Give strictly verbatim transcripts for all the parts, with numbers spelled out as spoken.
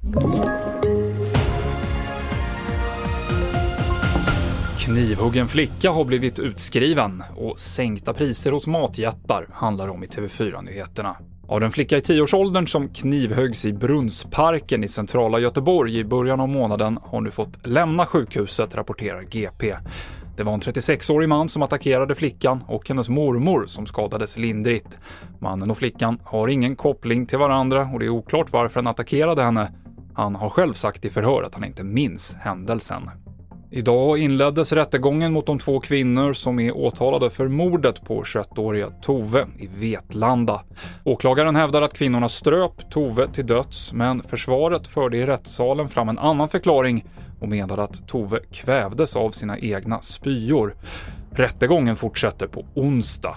Knivhuggen flicka har blivit utskriven och sänkta priser hos matjättar handlar om i T V fyra-nyheterna. Av den flicka i tioårsåldern som knivhöggs i Brunnsparken i centrala Göteborg i början av månaden har nu fått lämna sjukhuset, rapporterar G P. Det var en trettiosexårig man som attackerade flickan och hennes mormor som skadades lindrigt. Mannen och flickan har ingen koppling till varandra och det är oklart varför han attackerade henne. Han har själv sagt i förhör att han inte minns händelsen. Idag inleddes rättegången mot de två kvinnor som är åtalade för mordet på tjugoettåriga Tove i Vetlanda. Åklagaren hävdar att kvinnorna ströp Tove till döds, men försvaret förde i rättssalen fram en annan förklaring och menade att Tove kvävdes av sina egna spyor. Rättegången fortsätter på onsdag.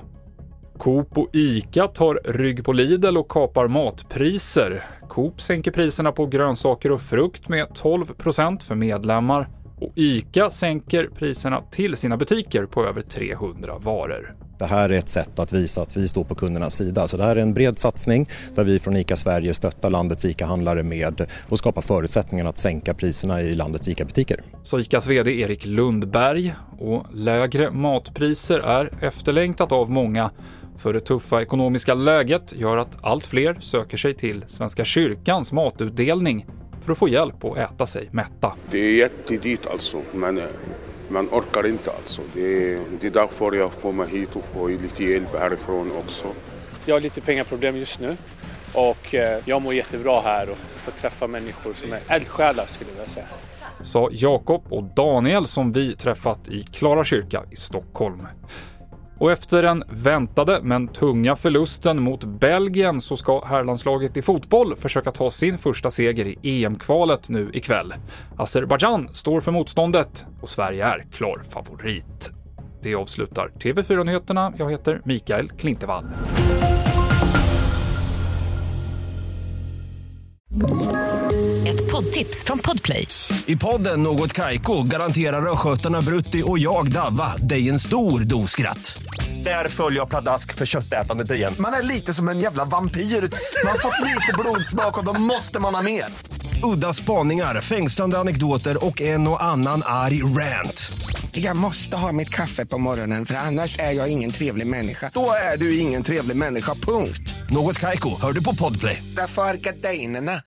Coop och Ica tar rygg på Lidl och kapar matpriser. Coop sänker priserna på grönsaker och frukt med tolv procent för medlemmar. Och Ica sänker priserna till sina butiker på över trehundra varor. Det här är ett sätt att visa att vi står på kundernas sida. Så det här är en bred satsning där vi från Ica Sverige stöttar landets Ica-handlare med och skapar förutsättningar att sänka priserna i landets Ica-butiker. Så Icas vd Erik Lundberg, och lägre matpriser är efterlängtat av många. För det tuffa ekonomiska läget gör att allt fler söker sig till Svenska kyrkans matutdelning för att få hjälp att äta sig mätta. Det är jättedyrt alltså, men man orkar inte alltså. Det är, det är därför jag kommer hit och får lite hjälp härifrån också. Jag har lite pengaproblem just nu och jag mår jättebra här och får träffa människor som är eldsjälar, skulle jag säga. Sa Jakob och Daniel som vi träffat i Klara kyrka i Stockholm. Och efter den väntade men tunga förlusten mot Belgien så ska herrlandslaget i fotboll försöka ta sin första seger i E M-kvalet nu ikväll. Azerbaijan står för motståndet och Sverige är klar favorit. Det avslutar T V fyra-nyheterna. Jag heter Mikael Klintevall. Ett poddtips från Podplay. I podden Något Kaiko garanterar röskötarna Brutti och jag Davva dig en stor doskratt. Där följer jag pladask för köttätandet igen. Man är lite som en jävla vampyr. Man har fått lite blodsmak och då måste man ha mer. Udda spaningar, fängslande anekdoter och en och annan arg rant. Jag måste ha mitt kaffe på morgonen för annars är jag ingen trevlig människa. Då är du ingen trevlig människa, punkt. Något Kaiko, hör du på Podplay. Därför är gardinerna.